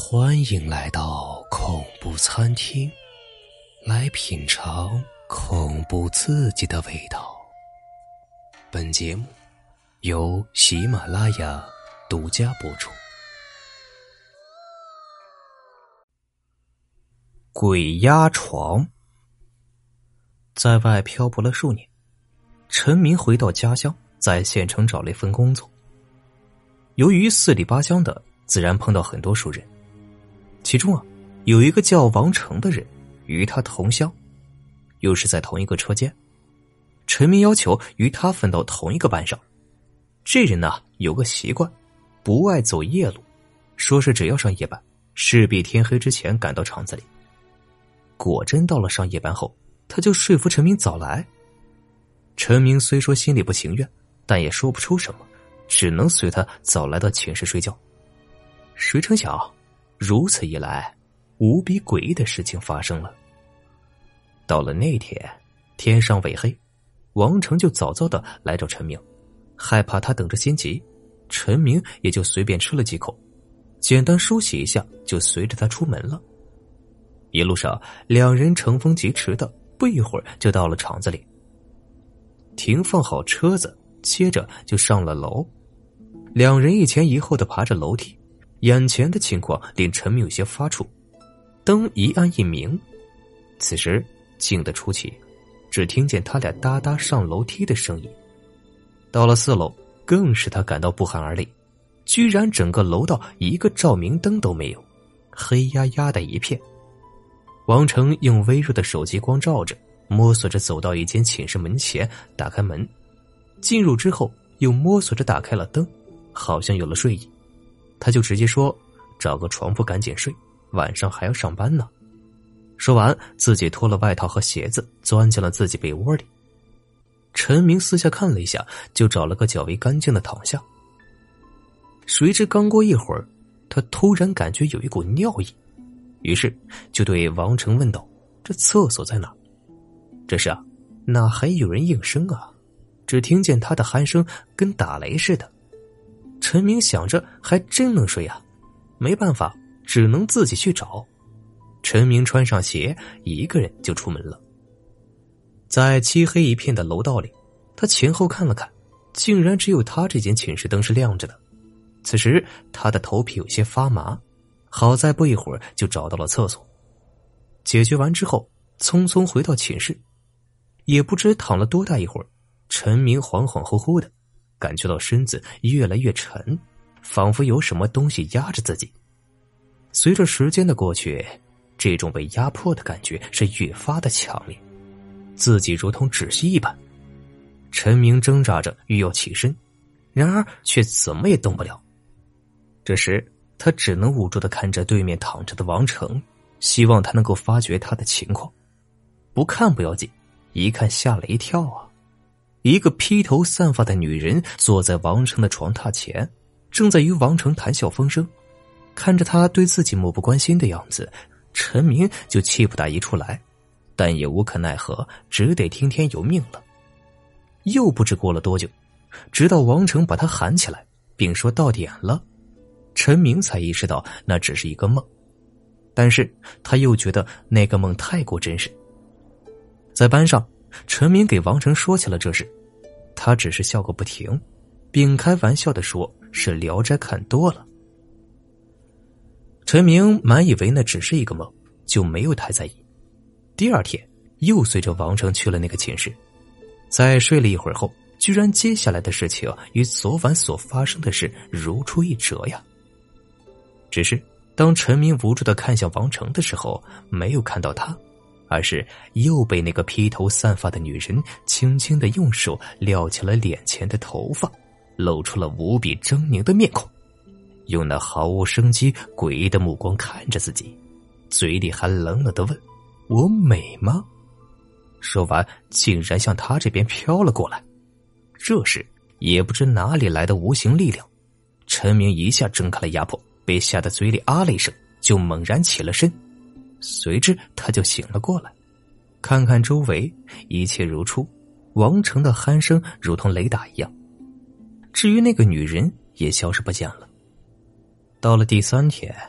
欢迎来到恐怖餐厅，来品尝恐怖刺激的味道。本节目由喜马拉雅独家播出。鬼压床。在外漂泊了数年，陈明回到家乡，在县城找了一份工作。由于四里八乡的，自然碰到很多熟人。其中有一个叫王成的人，与他同乡，又是在同一个车间。陈明要求与他分到同一个班上。这人有个习惯，不爱走夜路，说是只要上夜班，势必天黑之前赶到厂子里。果真到了上夜班后，他就说服陈明早来。陈明虽说心里不情愿，但也说不出什么，只能随他早来到寝室睡觉。谁成想如此一来，无比诡异的事情发生了。到了那天，天上未黑，王成就早早的来找陈明，害怕他等着心急，陈明也就随便吃了几口，简单梳洗一下，就随着他出门了。一路上，两人乘风疾驰的，不一会儿就到了厂子里。停放好车子，接着就上了楼。两人一前一后的爬着楼梯，眼前的情况令陈明有些发怵。灯一暗一明，此时静得出奇，只听见他俩哒哒上楼梯的声音。到了4楼，更使他感到不寒而栗，居然整个楼道一个照明灯都没有，黑压压的一片。王成用微弱的手机光照着，摸索着走到一间寝室门前，打开门，进入之后又摸索着打开了灯，好像有了睡意。他就直接说找个床铺赶紧睡，晚上还要上班呢。说完，自己脱了外套和鞋子，钻进了自己被窝里。陈明四下看了一下，就找了个较为干净的躺下。谁知刚过一会儿，他突然感觉有一股尿意，于是就对王成问道：这厕所在哪？这时哪还有人应声只听见他的鼾声跟打雷似的。陈明想着还真能睡没办法，只能自己去找。陈明穿上鞋，一个人就出门了。在漆黑一片的楼道里，他前后看了看，竟然只有他这间寝室灯是亮着的。此时他的头皮有些发麻，好在不一会儿就找到了厕所。解决完之后，匆匆回到寝室。也不知躺了多大一会儿，陈明恍恍惚惚的感觉到身子越来越沉，仿佛有什么东西压着自己。随着时间的过去，这种被压迫的感觉是越发的强烈，自己如同窒息一般。陈明挣扎着欲要起身，然而却怎么也动不了。这时他只能无助地看着对面躺着的王成，希望他能够发觉他的情况。不看不要紧，一看吓了一跳一个披头散发的女人坐在王成的床榻前，正在与王成谈笑风生。看着他对自己漠不关心的样子，陈明就气不打一处来，但也无可奈何，只得听天由命了。又不知过了多久，直到王成把他喊起来并说到点了，陈明才意识到那只是一个梦，但是他又觉得那个梦太过真实。在班上，陈明给王成说起了这事，他只是笑个不停，并开玩笑地说是《聊斋》看多了。陈明满以为那只是一个梦，就没有太在意。第二天又随着王成去了那个寝室，在睡了一会儿后，居然接下来的事情与昨晚所发生的事如出一辙呀。只是当陈明无助地看向王成的时候，没有看到他，而是又被那个披头散发的女人轻轻地用手撩起了脸前的头发，露出了无比狰狞的面孔，用那毫无生机诡异的目光看着自己，嘴里还冷冷地问：我美吗？说完竟然向他这边飘了过来。这时也不知哪里来的无形力量，陈明一下挣开了压迫，被吓得嘴里啊了一声，就猛然起了身。随之他就醒了过来，看看周围，一切如初，王成的鼾声如同雷打一样。至于那个女人也消失不见了。到了第3天，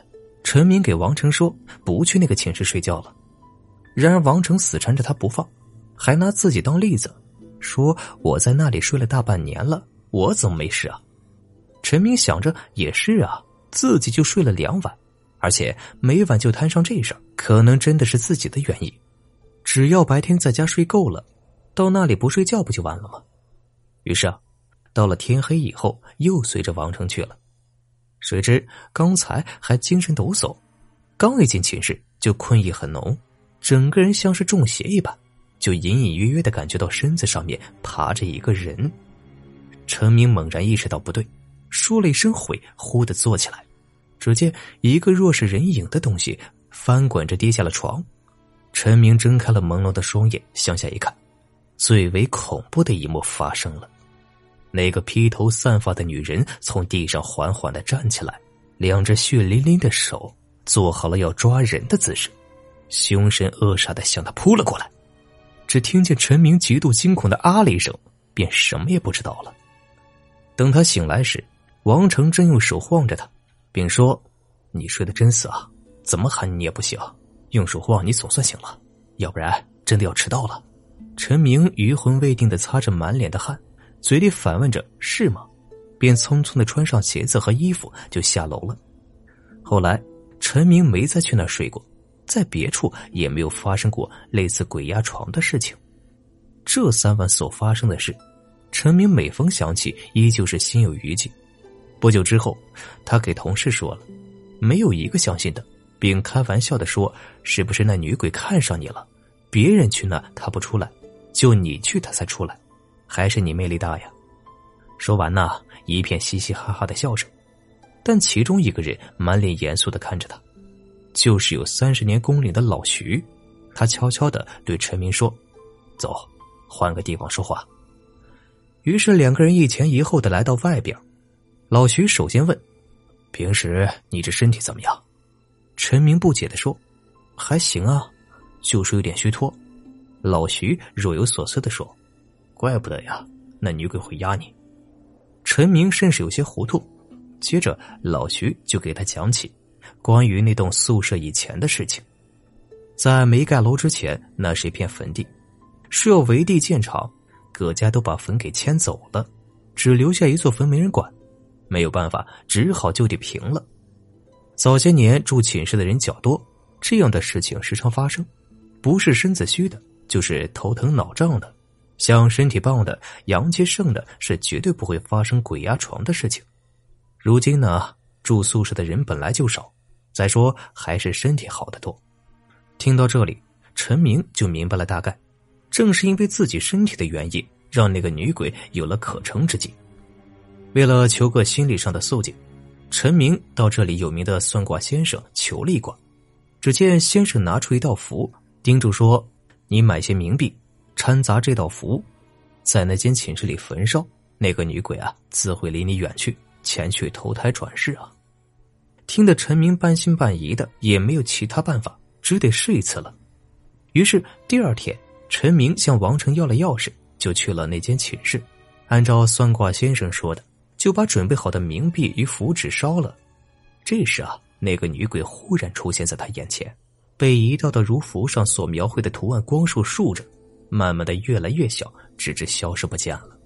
陈明给王成说不去那个寝室睡觉了，然而王成死缠着他不放，还拿自己当例子，说我在那里睡了大半年了，我怎么没事啊？陈明想着也是啊，自己就睡了2晚，而且每晚就摊上这事儿，可能真的是自己的原因。只要白天在家睡够了，到那里不睡觉不就完了吗？于是啊，到了天黑以后，又随着王成去了。谁知刚才还精神抖擞，刚一进寝室就困意很浓，整个人像是中邪一般，就隐隐约约地感觉到身子上面爬着一个人。陈明猛然意识到不对，说了一声悔，忽地坐起来。只见一个若是人影的东西翻滚着跌下了床。陈明睁开了朦胧的双眼，向下一看，最为恐怖的一幕发生了。那个披头散发的女人从地上缓缓地站起来，两只血淋淋的手做好了要抓人的姿势，凶神恶煞地向他扑了过来。只听见陈明极度惊恐的啊了一声，便什么也不知道了。等他醒来时，王成正用手晃着他，并说：你睡得真死啊，怎么喊你也不醒，用手晃你总算醒了，要不然真的要迟到了。陈明余魂未定地擦着满脸的汗，嘴里反问着是吗，便匆匆地穿上鞋子和衣服就下楼了。后来陈明没再去那儿睡过，在别处也没有发生过类似鬼压床的事情。这3晚所发生的事，陈明每逢想起依旧是心有余悸。不久之后，他给同事说了，没有一个相信的，并开玩笑地说，是不是那女鬼看上你了，别人去那他不出来，就你去他才出来，还是你魅力大呀。说完呢，一片嘻嘻哈哈的笑声，但其中一个人满脸严肃地看着他，就是有30年工龄的老徐。他悄悄地对陈明说，走，换个地方说话。于是2个人一前一后地来到外边。老徐首先问，平时你这身体怎么样？陈明不解地说，还行啊，就是有点虚脱。老徐若有所思地说，怪不得呀，那女鬼会压你。陈明甚是有些糊涂，接着老徐就给他讲起关于那栋宿舍以前的事情。在没盖楼之前，那是一片坟地，是要围地建厂，各家都把坟给迁走了，只留下一座坟没人管，没有办法，只好就地平了。早些年住寝室的人较多，这样的事情时常发生，不是身子虚的，就是头疼脑胀的，像身体棒的、阳气盛的，是绝对不会发生鬼压床的事情。如今呢，住宿舍的人本来就少，再说还是身体好得多。听到这里，陈明就明白了大概，正是因为自己身体的原因，让那个女鬼有了可乘之机。为了求个心理上的肃静，陈明到这里有名的算卦先生求了一卦。只见先生拿出一道符，叮嘱说，你买些冥币掺杂这道符，在那间寝室里焚烧，那个女鬼啊自会离你远去，前去投胎转世啊。听得陈明半信半疑的，也没有其他办法，只得试一次了。于是第2天，陈明向王成要了钥匙，就去了那间寝室，按照算卦先生说的，就把准备好的冥币与符纸烧了。这时啊，那个女鬼忽然出现在他眼前，被一道道如符上所描绘的图案光束束着，慢慢的越来越小，直至消失不见了。